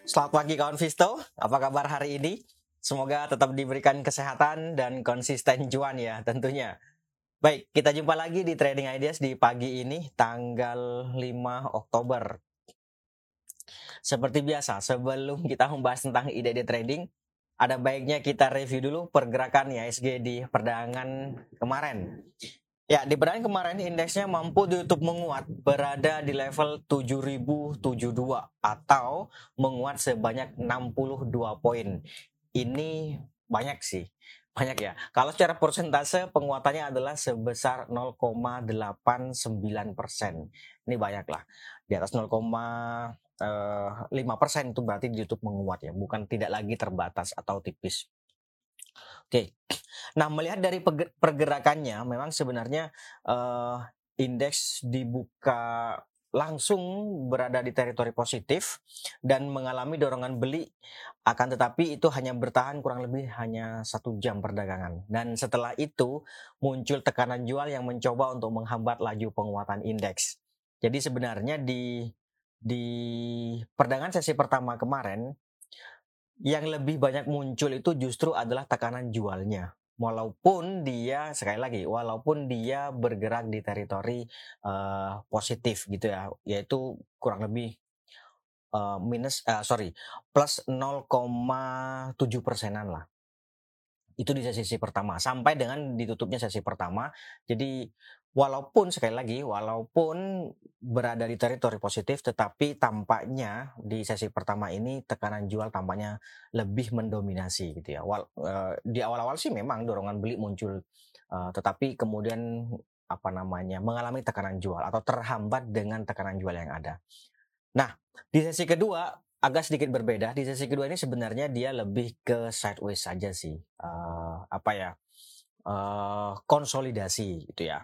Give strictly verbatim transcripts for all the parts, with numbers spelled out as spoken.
Selamat pagi kawan Visto, apa kabar hari ini? Semoga tetap diberikan kesehatan dan konsisten cuan ya tentunya. Baik, kita jumpa lagi di Trading Ideas di pagi ini tanggal lima Oktober. Seperti biasa, sebelum kita membahas tentang ide-ide trading, ada baiknya kita review dulu pergerakan I H S G di perdagangan kemarin. Ya, di perdagangan kemarin indeksnya mampu ditutup menguat berada di level tujuh ribu tujuh puluh dua atau menguat sebanyak enam puluh dua poin. Ini banyak sih. Banyak ya. Kalau secara persentase penguatannya adalah sebesar nol koma delapan sembilan persen. Ini banyak lah. Di atas nol koma lima persen itu berarti ditutup menguat ya, bukan tidak lagi terbatas atau tipis. Oke. Nah, melihat dari pergerakannya, memang sebenarnya uh, indeks dibuka langsung berada di teritori positif dan mengalami dorongan beli, akan tetapi itu hanya bertahan kurang lebih hanya satu jam perdagangan. Dan setelah itu muncul tekanan jual yang mencoba untuk menghambat laju penguatan indeks. Jadi sebenarnya di di perdagangan sesi pertama kemarin yang lebih banyak muncul itu justru adalah tekanan jualnya. Walaupun dia, sekali lagi, walaupun dia bergerak di teritori uh, positif gitu ya, yaitu kurang lebih uh, minus, uh, sorry, plus nol koma tujuh persenan lah. Itu di sesi pertama, sampai dengan ditutupnya sesi pertama. Jadi walaupun, sekali lagi, walaupun berada di teritori positif, tetapi tampaknya di sesi pertama ini tekanan jual tampaknya lebih mendominasi gitu ya. Wal, uh, di awal-awal sih memang dorongan beli muncul, uh, tetapi kemudian apa namanya mengalami tekanan jual atau terhambat dengan tekanan jual yang ada. Nah, di sesi kedua agak sedikit berbeda. Di sesi kedua ini sebenarnya dia lebih ke sideways saja sih, uh, apa ya, uh, konsolidasi gitu ya.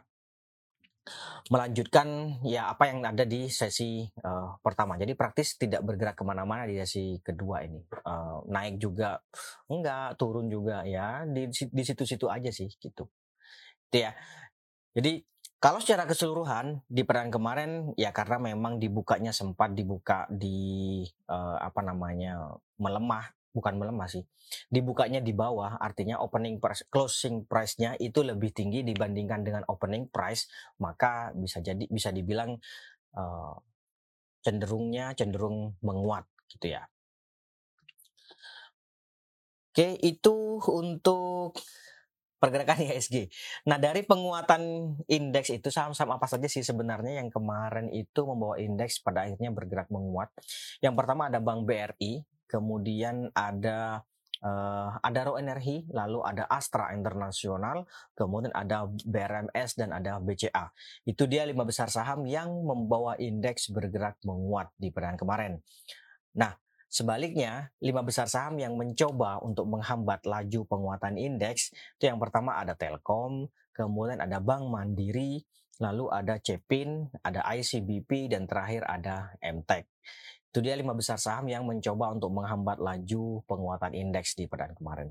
Melanjutkan ya apa yang ada di sesi uh, pertama. Jadi praktis tidak bergerak kemana-mana di sesi kedua ini. Uh, naik juga enggak, turun juga ya, di di situ-situ aja sih gitu. Itu ya. Jadi kalau secara keseluruhan di perdagangan kemarin ya karena memang dibukanya sempat dibuka di uh, apa namanya melemah, bukan melemah sih. Dibukanya di bawah, artinya opening price, closing price-nya itu lebih tinggi dibandingkan dengan opening price, maka bisa jadi bisa dibilang uh, cenderungnya cenderung menguat gitu ya. Oke, itu untuk pergerakan I H S G. Nah, dari penguatan indeks itu saham-saham apa saja sih sebenarnya yang kemarin itu membawa indeks pada akhirnya bergerak menguat? Yang pertama ada Bank B R I, kemudian ada uh, Adaro Energi, lalu ada Astra Internasional, kemudian ada B R M S dan ada B C A. Itu dia lima besar saham yang membawa indeks bergerak menguat di perdagangan kemarin. Nah, sebaliknya, lima besar saham yang mencoba untuk menghambat laju penguatan indeks, itu yang pertama ada Telkom, kemudian ada Bank Mandiri, lalu ada Cepin, ada I C B P, dan terakhir ada M Tech. Itu dia lima besar saham yang mencoba untuk menghambat laju penguatan indeks di perdagangan kemarin.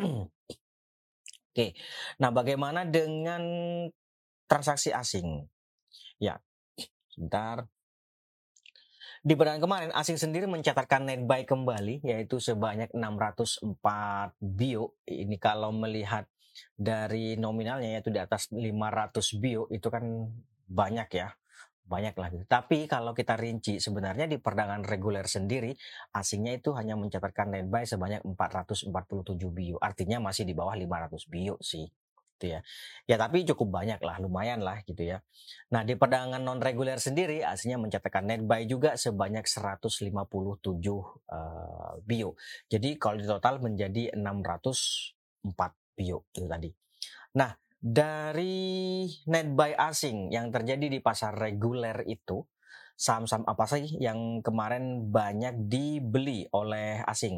Oke, nah bagaimana dengan transaksi asing? Ya, sebentar. Di perdagangan kemarin, asing sendiri mencatatkan net buy kembali, yaitu sebanyak enam ratus empat bio. Ini kalau melihat dari nominalnya, yaitu di atas lima ratus bio, itu kan banyak ya. Banyak lagi. Tapi kalau kita rinci, sebenarnya di perdagangan reguler sendiri, asingnya itu hanya mencatatkan net buy sebanyak empat ratus empat puluh tujuh bio. Artinya masih di bawah lima ratus bio sih. Gitu ya. Ya tapi cukup banyak lah, lumayan lah gitu ya. Nah di perdagangan non reguler sendiri aslinya mencatatkan net buy juga sebanyak seratus lima puluh tujuh uh, bio. Jadi kalau di total menjadi enam ratus empat bio itu tadi. Nah dari net buy asing yang terjadi di pasar reguler itu, saham-saham apa sih yang kemarin banyak dibeli oleh asing?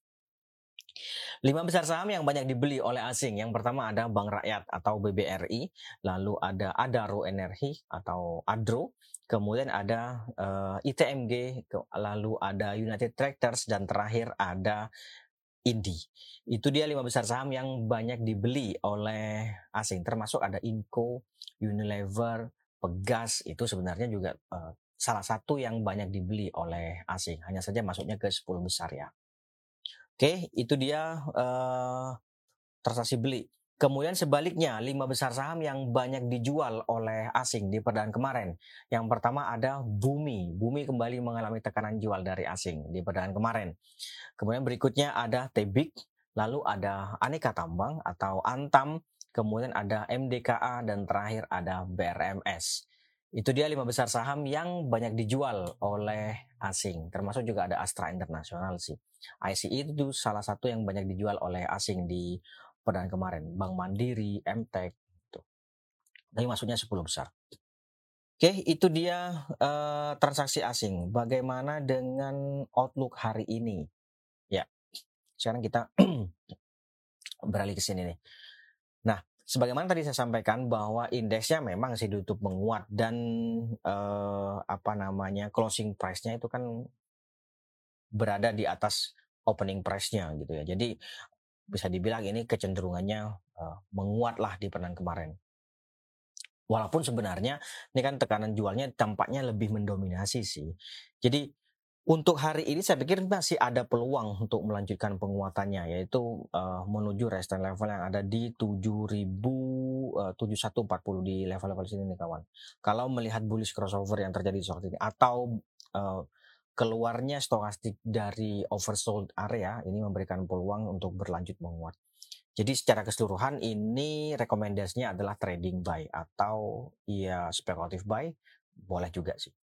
Lima besar saham yang banyak dibeli oleh asing. Yang pertama ada Bank Rakyat atau B B R I, lalu ada Adaro Energi atau Adro, kemudian ada uh, I T M G, lalu ada United Tractors, dan terakhir ada Indi. Itu dia lima besar saham yang banyak dibeli oleh asing, termasuk ada Inco, Unilever, Pegas, itu sebenarnya juga uh, salah satu yang banyak dibeli oleh asing, hanya saja masuknya ke sepuluh besar ya. Oke, itu dia uh, transaksi beli. Kemudian sebaliknya, lima besar saham yang banyak dijual oleh asing di perdaan kemarin. Yang pertama ada Bumi. Bumi kembali mengalami tekanan jual dari asing di perdaan kemarin. Kemudian berikutnya ada Tebik, lalu ada Aneka Tambang atau Antam, kemudian ada M D K A, dan terakhir ada B R M S. Itu dia lima besar saham yang banyak dijual oleh asing, termasuk juga ada Astra International sih. I C I itu salah satu yang banyak dijual oleh asing di perdaan kemarin, Bank Mandiri, M T E C, gitu. Tapi masuknya sepuluh besar. Oke, itu dia uh, transaksi asing. Bagaimana dengan outlook hari ini? Ya, sekarang kita beralih ke sini nih. Nah, sebagaimana tadi saya sampaikan bahwa indeksnya memang sih ditutup menguat dan eh, apa namanya closing price-nya itu kan berada di atas opening price-nya gitu ya. Jadi bisa dibilang ini kecenderungannya eh, menguat lah di perdaan kemarin. Walaupun sebenarnya ini kan tekanan jualnya tampaknya lebih mendominasi sih. Jadi untuk hari ini saya pikir masih ada peluang untuk melanjutkan penguatannya, yaitu uh, menuju resistance level yang ada di tujuh ribu tujuh ribu seratus empat puluh di level-level sini nih kawan. Kalau melihat bullish crossover yang terjadi di saat ini atau uh, keluarnya stokastik dari oversold area, ini memberikan peluang untuk berlanjut menguat. Jadi secara keseluruhan ini rekomendasinya adalah trading buy atau ya speculative buy, boleh juga sih.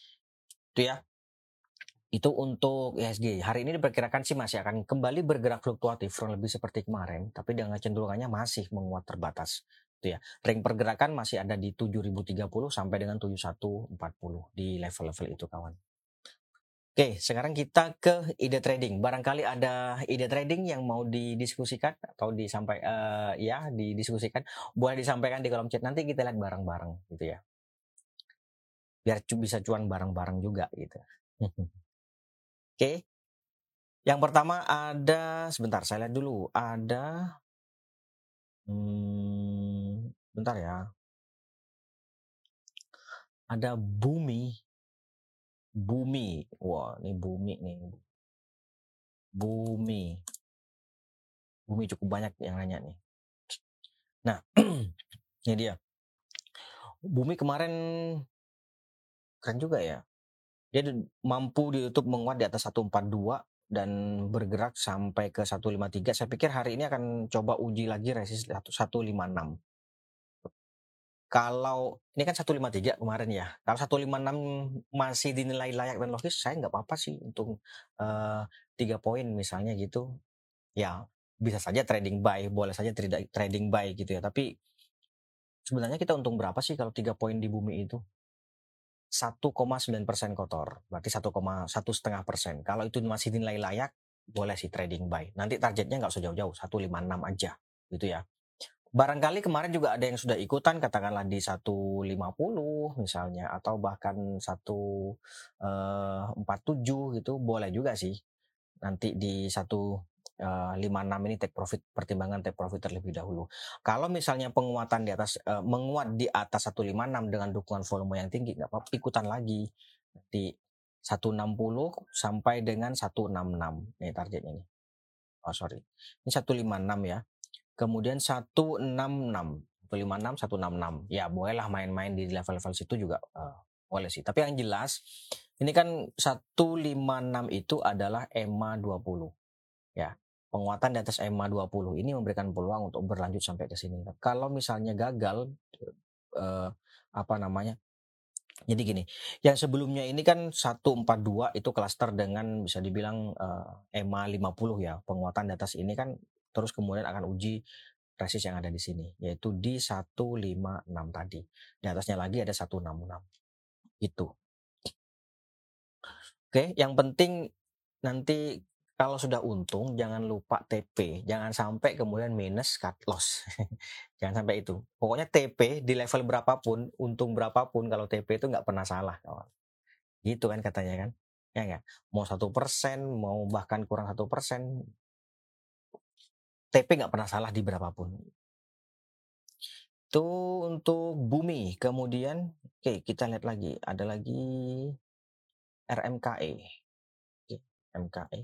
Itu ya. Itu untuk I H S G. Hari ini diperkirakan sih masih akan kembali bergerak fluktuatif, kurang lebih seperti kemarin, tapi dengan cenderungannya masih menguat terbatas. Itu ya. Ring pergerakan masih ada di tujuh ribu tiga puluh sampai dengan tujuh ribu seratus empat puluh di level-level itu kawan. Oke, sekarang kita ke ide trading. Barangkali ada ide trading yang mau didiskusikan atau disampaikan uh, ya didiskusikan, boleh disampaikan di kolom chat, nanti kita lihat bareng-bareng gitu ya. Biar bisa cuan bareng-bareng juga gitu. Oke. Yang pertama ada, sebentar saya lihat dulu, ada, hmm, bentar ya, ada Bumi, Bumi, wah ini Bumi nih, Bumi, Bumi cukup banyak yang nanya nih. Nah, ini dia, Bumi kemarin keren juga ya, dia mampu ditutup menguat di atas seratus empat puluh dua dan bergerak sampai ke seratus lima puluh tiga. Saya pikir hari ini akan coba uji lagi resist seratus lima puluh enam. Kalau ini kan seratus lima puluh tiga kemarin ya, kalau seratus lima puluh enam masih dinilai layak dan logis, saya nggak apa-apa sih untuk uh, tiga poin misalnya gitu. Ya bisa saja trading buy, boleh saja trading buy gitu ya. Tapi sebenarnya kita untung berapa sih kalau tiga poin di Bumi itu? satu koma sembilan persen kotor, berarti satu koma satu setengah persen. Kalau itu masih dinilai layak, boleh sih trading buy. Nanti targetnya nggak usah jauh-jauh, seratus lima puluh enam aja, gitu ya. Barangkali kemarin juga ada yang sudah ikutan, katakanlah di seratus lima puluh misalnya, atau bahkan seratus empat puluh tujuh gitu, boleh juga sih. Nanti di seratus lima puluh enam ini take profit, pertimbangan take profit terlebih dahulu. Kalau misalnya penguatan di atas uh, menguat di atas seratus lima puluh enam dengan dukungan volume yang tinggi, nggak apa-apa, ikutan lagi di seratus enam puluh sampai dengan seratus enam puluh enam nih targetnya nih. Oh sorry, ini seratus lima puluh enam ya. Kemudian seratus enam puluh enam, seratus lima puluh enam, seratus enam puluh enam. Ya bolehlah main-main di level-level situ juga uh, boleh sih. Tapi yang jelas ini kan seratus lima puluh enam itu adalah E M A dua puluh. Ya, penguatan di atas E M A dua puluh ini memberikan peluang untuk berlanjut sampai ke sini. Kalau misalnya gagal uh, apa namanya? Jadi gini, yang sebelumnya ini kan seratus empat puluh dua itu klaster dengan bisa dibilang uh, E M A lima puluh ya. Penguatan di atas ini kan terus kemudian akan uji resist yang ada di sini, yaitu di seratus lima puluh enam tadi. Di atasnya lagi ada seratus enam puluh enam. Itu. Oke, yang penting nanti kalau sudah untung jangan lupa T P, jangan sampai kemudian minus cut loss. Jangan sampai itu. Pokoknya T P di level berapapun, untung berapapun, kalau T P itu nggak pernah salah, kawan. Gitu kan katanya kan? Ya nggak? Mau satu persen, mau bahkan kurang satu persen, T P nggak pernah salah di berapapun. Itu untuk bumi. Kemudian, oke, kita lihat lagi. Ada lagi R M K E. Oke, R M K E.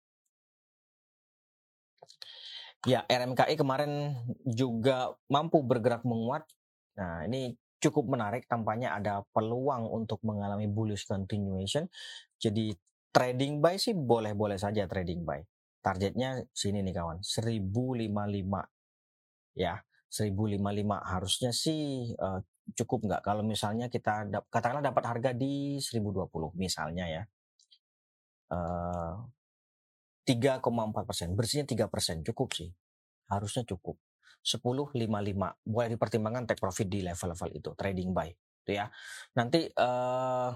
Ya, R M K E kemarin juga mampu bergerak menguat. Nah, ini cukup menarik. Tampaknya ada peluang untuk mengalami bullish continuation. Jadi trading buy sih boleh-boleh saja trading buy. Targetnya sini nih kawan, seribu lima puluh lima. Ya, seribu lima puluh lima harusnya sih uh, cukup nggak kalau misalnya kita dap- katakanlah dapat harga di seribu dua puluh misalnya ya. Uh, tiga koma empat persen, bersihnya tiga persen, cukup sih. Harusnya cukup. sepuluh lima puluh lima boleh dipertimbangkan take profit di level-level itu, trading buy. Itu ya. Nanti uh,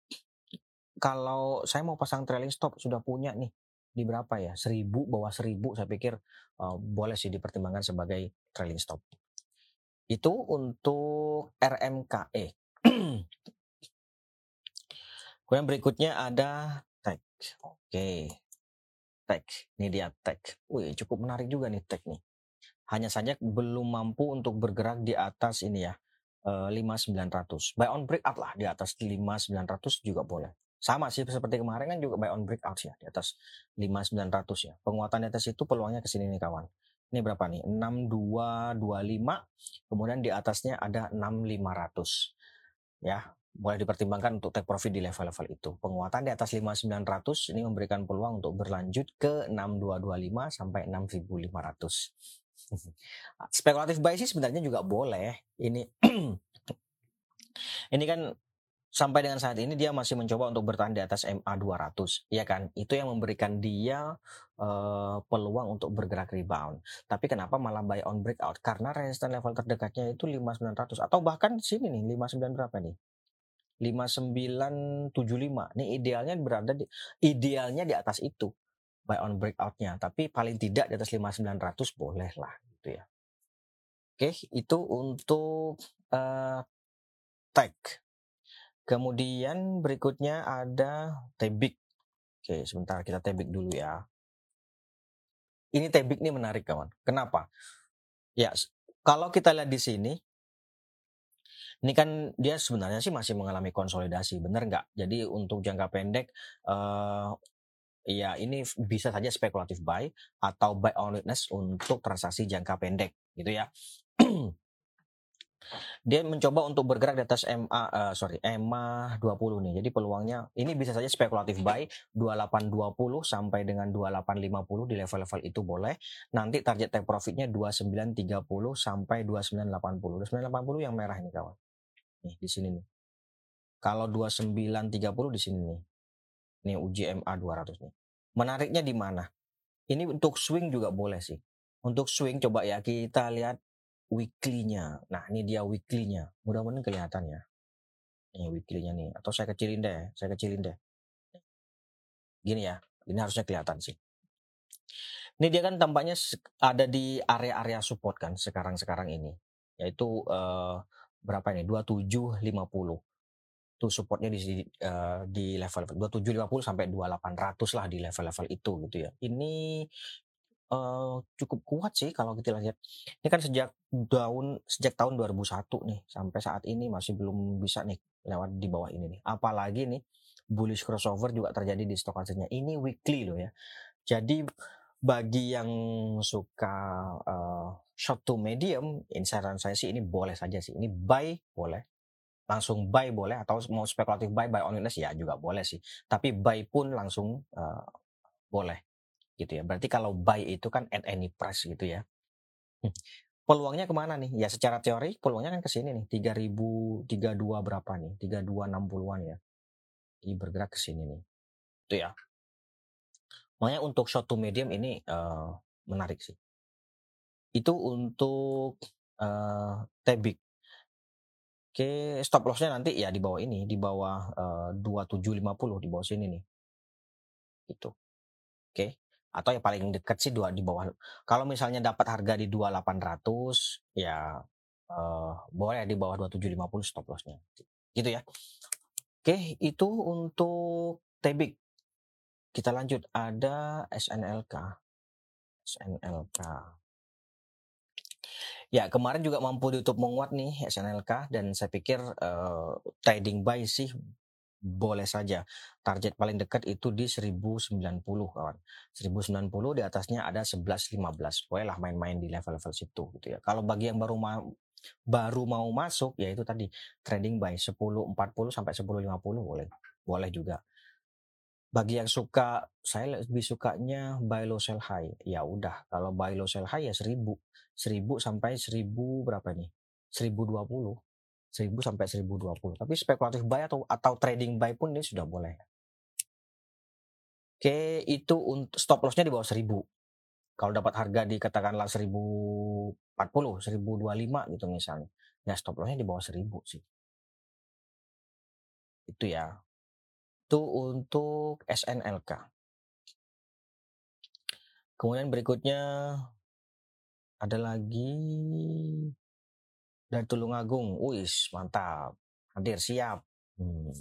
kalau saya mau pasang trailing stop sudah punya nih di berapa ya? seribu, bawah seribu saya pikir uh, boleh sih dipertimbangkan sebagai trailing stop. Itu untuk R M K E. Kemudian berikutnya ada tag. Oke. Tag. Ini dia tag. Wih, cukup menarik juga nih tag nih. Hanya saja belum mampu untuk bergerak di atas ini ya. eh, lima ribu sembilan ratus. Buy on breakout lah di atas lima ribu sembilan ratus juga boleh. Sama sih seperti kemarin kan juga buy on breakout ya di atas lima ribu sembilan ratus ya. Penguatan di atas itu peluangnya ke sini nih kawan. Ini berapa nih? enam ribu dua ratus dua puluh lima. Kemudian di atasnya ada enam ribu lima ratus. Ya, boleh dipertimbangkan untuk take profit di level-level itu. Penguatan di atas lima ribu sembilan ratus ini memberikan peluang untuk berlanjut ke enam ribu dua ratus dua puluh lima sampai enam ribu lima ratus. Spekulatif buy sih sebenarnya juga boleh. Ini ini kan sampai dengan saat ini dia masih mencoba untuk bertahan di atas M A dua ratus, ya kan? Itu yang memberikan dia uh, peluang untuk bergerak rebound. Tapi kenapa malah buy on breakout? Karena resistance level terdekatnya itu lima ribu sembilan ratus atau bahkan sini nih lima puluh sembilan berapa nih? lima ribu sembilan ratus tujuh puluh lima. Nih idealnya berada di idealnya di atas itu buy on breakout-nya, tapi paling tidak di atas lima ribu sembilan ratus boleh lah gitu ya. Oke, itu untuk uh, tag. Kemudian berikutnya ada Tebik. Oke, sebentar kita Tebik dulu ya. Ini Tebik nih menarik kawan. Kenapa? Ya, kalau kita lihat di sini, ini kan dia sebenarnya sih masih mengalami konsolidasi, benar nggak? Jadi untuk jangka pendek, uh, ya ini bisa saja spekulatif buy atau buy on weakness untuk transaksi jangka pendek, gitu ya. Dia mencoba untuk bergerak di atas M A uh, sorry M A dua puluh nih. Jadi peluangnya ini bisa saja spekulatif buy dua puluh delapan dua puluh sampai dengan dua puluh delapan lima puluh di level-level itu boleh. Nanti target take profitnya dua puluh sembilan tiga puluh sampai dua puluh sembilan delapan puluh. dua puluh sembilan delapan puluh yang merah ini kawan. Nih di sini nih. Kalau dua puluh sembilan tiga puluh di sini nih. Nih uji M A dua ratus nih. Menariknya di mana? Ini untuk swing juga boleh sih. Untuk swing coba ya kita lihat weekly-nya. Nah, ini dia weekly-nya. Mudah-mudahan kelihatan ya. Ini weekly-nya nih. Atau saya kecilin deh. Saya kecilin deh. Gini ya. Ini harusnya kelihatan sih. Ini dia kan tampaknya ada di area-area support kan sekarang-sekarang ini. Yaitu uh, berapa ini? dua puluh tujuh lima puluh. Itu supportnya di, uh, di level dua puluh tujuh lima puluh sampai dua puluh delapan ratus lah di level-level itu gitu ya. Ini uh, cukup kuat sih kalau kita lihat. Ini kan sejak tahun sejak tahun dua ribu satu nih sampai saat ini masih belum bisa nih lewat di bawah ini nih. Apalagi nih bullish crossover juga terjadi di stokastiknya. Ini weekly loh ya. Jadi bagi yang suka uh, short to medium, ini saran saya sih ini boleh saja sih. Ini buy boleh. Langsung buy boleh atau mau spekulatif buy buy on weakness ya juga boleh sih. Tapi buy pun langsung uh, boleh gitu ya. Berarti kalau buy itu kan at any price gitu ya. Hmm. Peluangnya kemana nih? Ya secara teori peluangnya kan ke sini nih, tiga ribu tiga puluh dua berapa nih? tiga ribu dua ratus enam puluhan ya. Ini bergerak ke sini nih. Itu ya. Makanya untuk short to medium ini uh, menarik sih. Itu untuk uh, Tebik. Oke, stop lossnya nanti ya di bawah ini, di bawah uh, dua puluh tujuh lima puluh di bawah sini nih. Itu. Oke. Atau yang paling dekat sih dua di bawah. Kalau misalnya dapat harga di dua ribu delapan ratus ya uh, boleh di bawah dua puluh tujuh lima puluh stop lossnya. Gitu ya. Oke, itu untuk Tebik. Kita lanjut ada S N L K. S N L K. Ya, kemarin juga mampu ditutup menguat nih S N L K dan saya pikir uh, trading buy sih boleh saja. Target paling dekat itu di seribu sembilan puluh kawan. seribu sembilan puluh di atasnya ada sebelas lima belas. Bolehlah main-main di level-level situ gitu ya. Kalau bagi yang baru ma- baru mau masuk ya itu tadi trading buy sepuluh empat puluh sampai sepuluh lima puluh boleh. Boleh juga. Bagi yang suka, saya lebih sukanya buy low sell high. Ya udah, kalau buy low sell high ya seribu. seribu sampai seribu berapa nih? seribu dua puluh. seribu sampai seribu dua puluh. Tapi spekulatif buy atau atau trading buy pun ini sudah boleh. Oke, itu untuk stop lossnya di bawah seribu. Kalau dapat harga di katakanlah seribu empat puluh, seribu dua puluh lima gitu misalnya. Ya stop lossnya di bawah seribu sih. Itu ya. Itu untuk S N L K. Kemudian berikutnya ada lagi dari Tulungagung. Wis, mantap. Hadir siap. Hmm.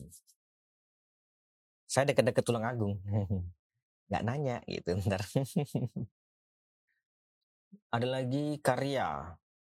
Saya dekat-dekat Tulungagung. Nggak nanya gitu ntar. Ada lagi Karya.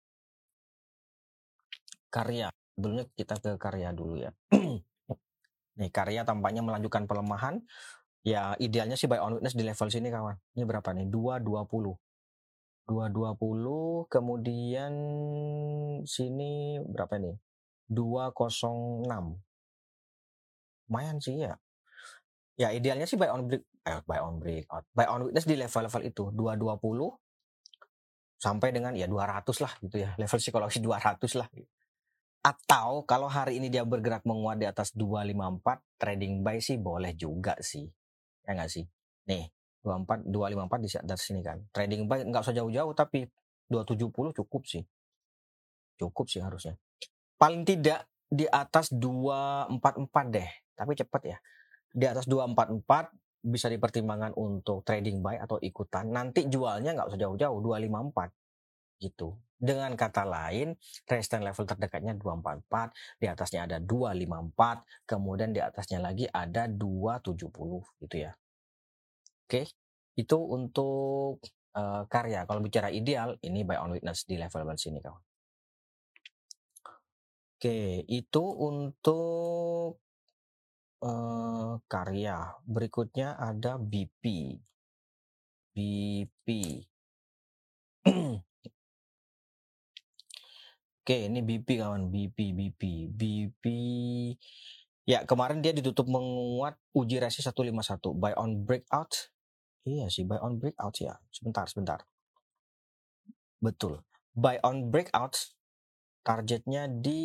Karya. Sebelumnya kita ke Karya dulu ya. Nih, Karya tampaknya melanjutkan pelemahan. Ya, idealnya sih buy on witness di level sini kawan. Ini berapa nih? dua dua puluh. dua dua puluh, kemudian sini berapa nih? dua nol enam. Lumayan sih ya. Ya, idealnya sih buy on break eh, buy on breakout. Buy on witness di level-level itu dua dua puluh sampai dengan ya dua ratus lah gitu ya. Level psikologi dua ratus lah. Atau kalau hari ini dia bergerak menguat di atas dua lima empat, trading buy sih boleh juga sih. Ya nggak sih? Nih, dua empat dua lima empat di atas sini kan. Trading buy nggak usah jauh-jauh tapi dua tujuh nol cukup sih. Cukup sih harusnya. Paling tidak di atas dua empat empat deh. Tapi cepet ya. Di atas dua empat empat bisa dipertimbangkan untuk trading buy atau ikutan. Nanti jualnya nggak usah jauh-jauh, dua lima empat gitu. Dengan kata lain, resistance level terdekatnya dua empat empat, di atasnya ada dua lima empat, kemudian di atasnya lagi ada dua tujuh nol gitu ya. Oke, itu untuk uh, Karya. Kalau bicara ideal, ini buy on witness di level sini kawan. Oke, itu untuk uh, Karya. Berikutnya ada B P. B P. Oke, ini B P kawan, B P, B P, B P. Ya, kemarin dia ditutup menguat uji resist seratus lima puluh satu. Buy on breakout. Iya sih, buy on breakout ya. Sebentar, sebentar. Betul. Buy on breakout targetnya di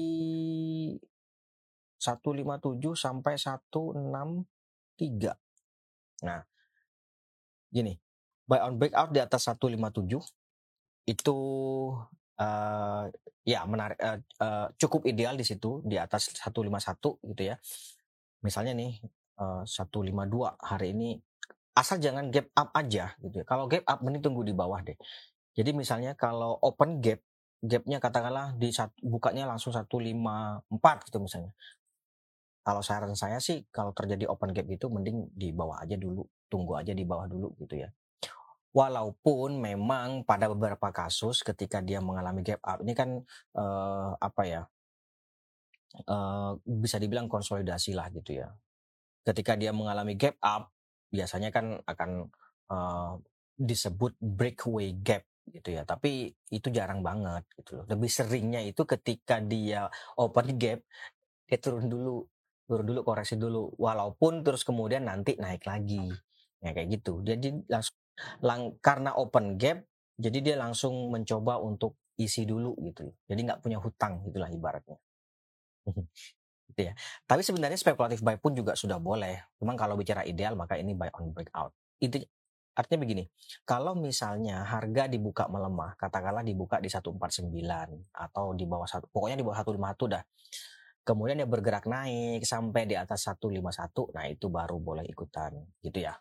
seratus lima puluh tujuh sampai seratus enam puluh tiga. Nah, gini. Buy on breakout di atas seratus lima puluh tujuh itu uh, ya menarik uh, uh, cukup ideal di situ di atas seratus lima puluh satu gitu ya. Misalnya nih uh, seratus lima puluh dua hari ini asal jangan gap up aja gitu ya. Kalau gap up mending tunggu di bawah deh. Jadi misalnya kalau open gap gapnya katakanlah di satu, bukanya langsung seratus lima puluh empat gitu misalnya. Kalau saran saya sih kalau terjadi open gap gitu mending di bawah aja dulu, tunggu aja di bawah dulu gitu ya. Walaupun memang pada beberapa kasus ketika dia mengalami gap up ini kan uh, apa ya uh, bisa dibilang konsolidasi lah gitu ya. Ketika dia mengalami gap up biasanya kan akan uh, disebut breakaway gap gitu ya. Tapi itu jarang banget gitu loh. Lebih seringnya itu ketika dia open gap dia turun dulu, turun dulu koreksi dulu. Walaupun terus kemudian nanti naik lagi. Ya kayak gitu. Jadi langsung lang, karena open gap jadi dia langsung mencoba untuk isi dulu gitu. Jadi nggak punya hutang gitulah ibaratnya. Gitu ya. Tapi sebenarnya spekulatif buy pun juga sudah boleh. Cuman kalau bicara ideal maka ini buy on breakout. Itu artinya begini, kalau misalnya harga dibuka melemah, katakanlah dibuka di seratus empat puluh sembilan atau di bawah satu, pokoknya di bawah seratus lima puluh satu dah. Kemudian dia bergerak naik sampai di atas seratus lima puluh satu, nah itu baru boleh ikutan gitu ya.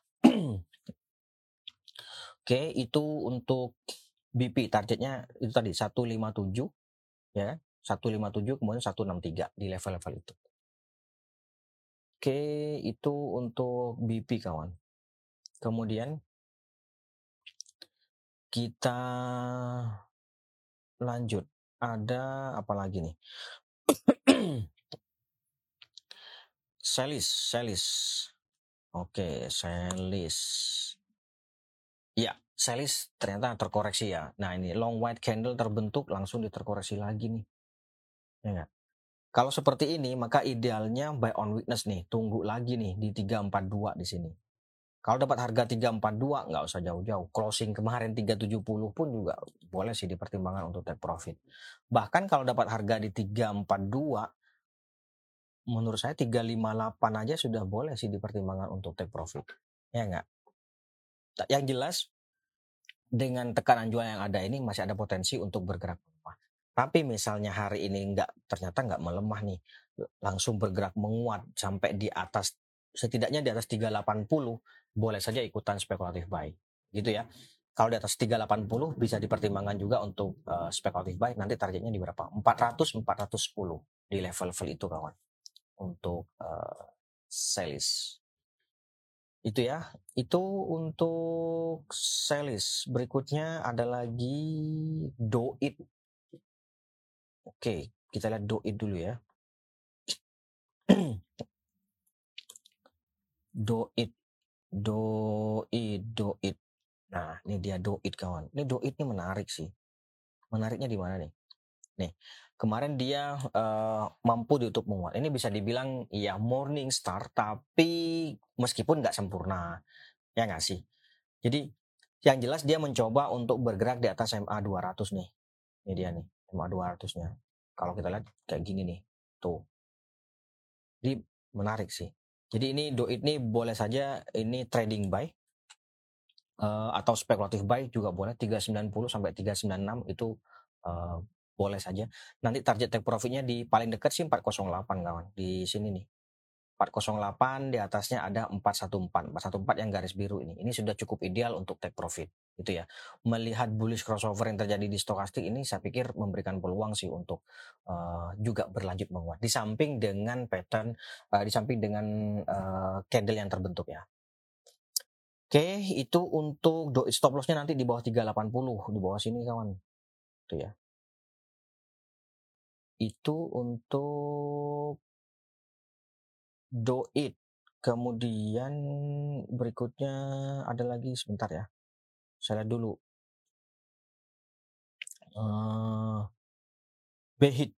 Oke, itu untuk B P targetnya itu tadi seratus lima puluh tujuh ya, seratus lima puluh tujuh kemudian seratus enam puluh tiga di level-level itu. Oke, itu untuk B P kawan. Kemudian kita lanjut. Ada apa lagi nih? Selis, Selis. Oke, Selis. Ya, Selis ternyata terkoreksi ya. Nah, ini long white candle terbentuk langsung diterkoreksi lagi nih. Ya nggak? Kalau seperti ini, maka idealnya buy on weakness nih. Tunggu lagi nih di tiga empat dua di sini. Kalau dapat harga tiga empat dua, nggak usah jauh-jauh. Closing kemarin tiga tujuh nol pun juga boleh sih dipertimbangkan untuk take profit. Bahkan kalau dapat harga di tiga empat dua, menurut saya tiga lima delapan aja sudah boleh sih dipertimbangkan untuk take profit. Ya nggak? Yang jelas, dengan tekanan jual yang ada ini masih ada potensi untuk bergerak melemah. Tapi misalnya hari ini nggak, ternyata nggak melemah nih, langsung bergerak menguat sampai di atas, setidaknya di atas tiga delapan nol, boleh saja ikutan spekulatif buy, gitu ya. Kalau di atas tiga delapan nol bisa dipertimbangkan juga untuk uh, spekulatif buy. Nanti targetnya di berapa? empat ratus empat ratus sepuluh di level-level itu kawan, untuk uh, sales. Itu ya, itu untuk sales. Berikutnya ada lagi Doit. Oke, kita lihat Doit dulu ya. Doit, Doit, Doit. Nah, ini dia Doit kawan. Ini Doit ini menarik sih. Menariknya di mana nih? Nih, kemarin dia uh, mampu ditutup menguat. Ini bisa dibilang ya morning star, tapi meskipun nggak sempurna, ya nggak sih? Jadi yang jelas dia mencoba untuk bergerak di atas M A dua ratus nih. Ini dia nih, M A dua ratus-nya. Kalau kita lihat kayak gini nih. Tuh. Jadi menarik sih. Jadi ini Doit ini boleh saja ini trading buy uh, atau spekulatif buy juga boleh. tiga sembilan nol sampai tiga sembilan enam itu uh, boleh saja. Nanti target take profitnya di paling dekat sih empat nol delapan kawan. Di sini nih. empat nol delapan, di atasnya ada empat satu empat. empat satu empat yang garis biru ini. Ini sudah cukup ideal untuk take profit, gitu ya. Melihat bullish crossover yang terjadi di stokastik ini, saya pikir memberikan peluang sih untuk uh, juga berlanjut menguat. Di samping dengan pattern, uh, di samping dengan uh, candle yang terbentuk ya. Oke, itu untuk do stop lossnya nanti di bawah tiga delapan nol, di bawah sini kawan. Itu ya. Itu untuk Doit. Kemudian berikutnya ada lagi, sebentar ya. Saya lihat dulu. Uh, Behit.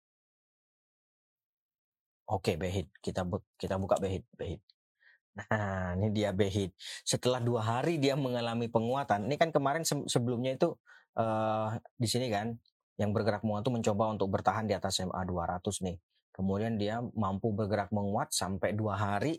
Oke, Behit. Kita bu kita buka Behit, Behit. Nah, ini dia Behit. Setelah dua hari dia mengalami penguatan. Ini kan kemarin se sebelumnya itu uh, di sini kan yang bergerak menguat itu mencoba untuk bertahan di atas M A dua ratus nih. Kemudian dia mampu bergerak menguat sampai dua hari.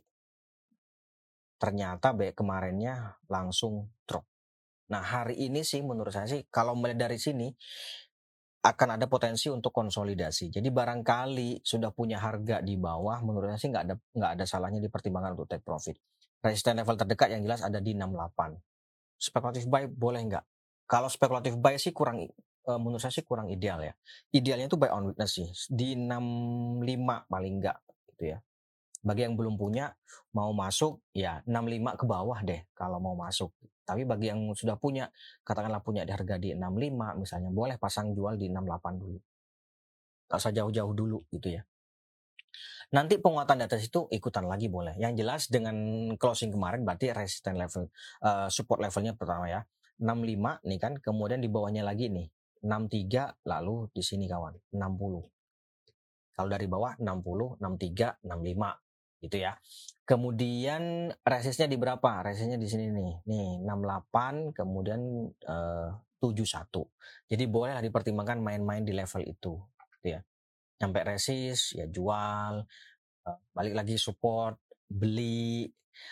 Ternyata be kemarinnya langsung drop. Nah, hari ini sih menurut saya sih kalau melihat dari sini akan ada potensi untuk konsolidasi. Jadi barangkali sudah punya harga di bawah, menurut saya sih nggak ada nggak ada salahnya dipertimbangkan untuk take profit. Resisten level terdekat yang jelas ada di enam puluh delapan. Spekulatif buy boleh nggak? Kalau spekulatif buy sih kurang, uh, menurut saya sih kurang ideal ya. Idealnya itu buy on weakness sih di enam puluh lima paling nggak, gitu ya. Bagi yang belum punya, mau masuk ya enam puluh lima ke bawah deh kalau mau masuk. Tapi bagi yang sudah punya, katakanlah punya di harga di enam puluh lima misalnya, boleh pasang jual di enam puluh delapan dulu. Gak usah jauh-jauh dulu gitu ya. Nanti penguatan di atas itu ikutan lagi boleh. Yang jelas dengan closing kemarin berarti resisten level, uh, support levelnya pertama ya. enam puluh lima nih kan, kemudian di bawahnya lagi nih enam puluh tiga, lalu di sini kawan enam puluh. Kalau dari bawah enam puluh, enam puluh tiga, enam puluh lima gitu ya. Kemudian resistnya di berapa? Resistnya di sini nih. Nih enam puluh delapan, kemudian eh, tujuh puluh satu. Jadi bolehlah dipertimbangkan main-main di level itu gitu ya. Sampai resist ya jual, eh, balik lagi support, beli.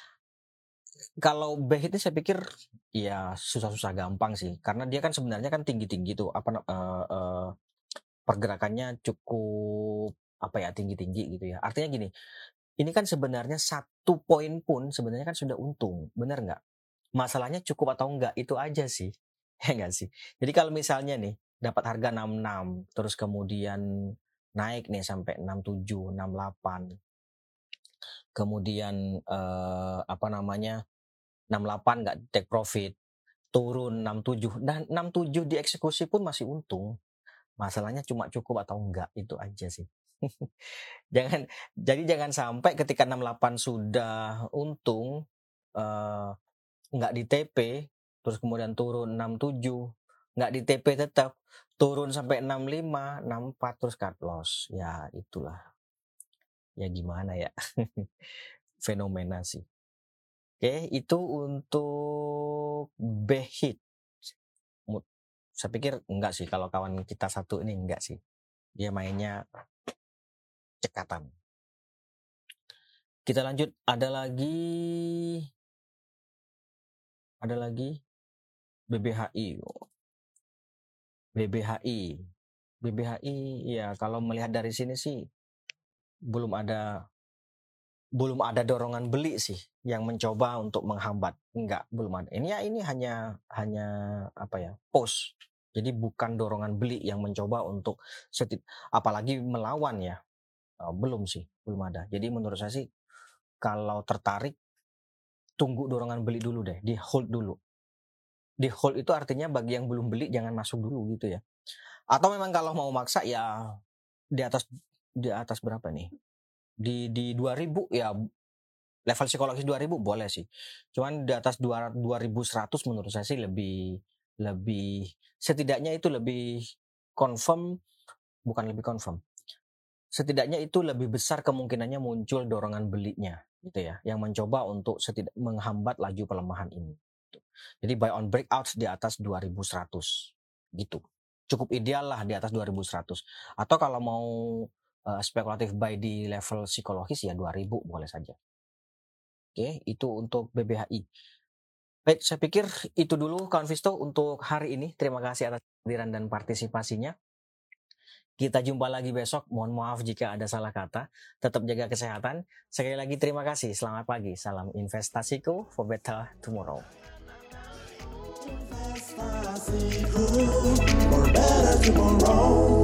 Kalau B itu saya pikir ya susah-susah gampang sih, karena dia kan sebenarnya kan tinggi-tinggi tuh apa uh, uh, pergerakannya cukup apa ya tinggi-tinggi gitu ya. Artinya gini, ini kan sebenarnya satu poin pun sebenarnya kan sudah untung, benar nggak? Masalahnya cukup atau enggak itu aja sih, ya nggak sih? Jadi kalau misalnya nih dapat harga enam puluh enam, terus kemudian naik nih sampai enam puluh tujuh, enam puluh delapan, kemudian eh, apa namanya enam puluh delapan nggak take profit, turun enam puluh tujuh, dan enam puluh tujuh dieksekusi pun masih untung. Masalahnya cuma cukup atau enggak, itu aja sih. Jangan jadi jangan sampai ketika enam puluh delapan sudah untung eh, nggak di T P, terus kemudian turun enam puluh tujuh, nggak di T P tetap turun sampai enam puluh lima, enam puluh empat terus cut loss. Ya itulah. Ya gimana ya? Fenomena sih. Oke, itu untuk B-Hit. Saya pikir enggak sih kalau kawan kita satu ini enggak sih. Dia mainnya cekatan. Kita lanjut, ada lagi ada lagi B B H I. B B H I. B B H I ya kalau melihat dari sini sih belum ada belum ada dorongan beli sih yang mencoba untuk menghambat. Enggak, belum ada. Ini ya ini hanya hanya apa ya? Pause. Jadi bukan dorongan beli yang mencoba untuk seti- apalagi melawan ya. Oh, belum sih, belum ada. Jadi menurut saya sih kalau tertarik tunggu dorongan beli dulu deh, di hold dulu. Di hold itu artinya bagi yang belum beli jangan masuk dulu gitu ya. Atau memang kalau mau maksa ya di atas di atas berapa nih? Di di dua ribu ya level psikologis dua ribu boleh sih. Cuman di atas dua ribu seratus menurut saya sih lebih lebih setidaknya itu lebih confirm, bukan lebih confirm. Setidaknya itu lebih besar kemungkinannya muncul dorongan belinya gitu ya, yang mencoba untuk setidak menghambat laju pelemahan ini. Jadi buy on breakouts di atas dua ribu seratus gitu. Cukup ideal lah di atas dua ribu seratus. Atau kalau mau uh, spekulatif buy di level psikologis ya dua ribu boleh saja. Oke, itu untuk B B H I. Baik, saya pikir itu dulu kawan Visto untuk hari ini. Terima kasih atas kehadiran dan partisipasinya. Kita jumpa lagi besok. Mohon maaf jika ada salah kata. Tetap jaga kesehatan. Sekali lagi terima kasih. Selamat pagi. Salam investasiku for better tomorrow. Investasiku for better tomorrow.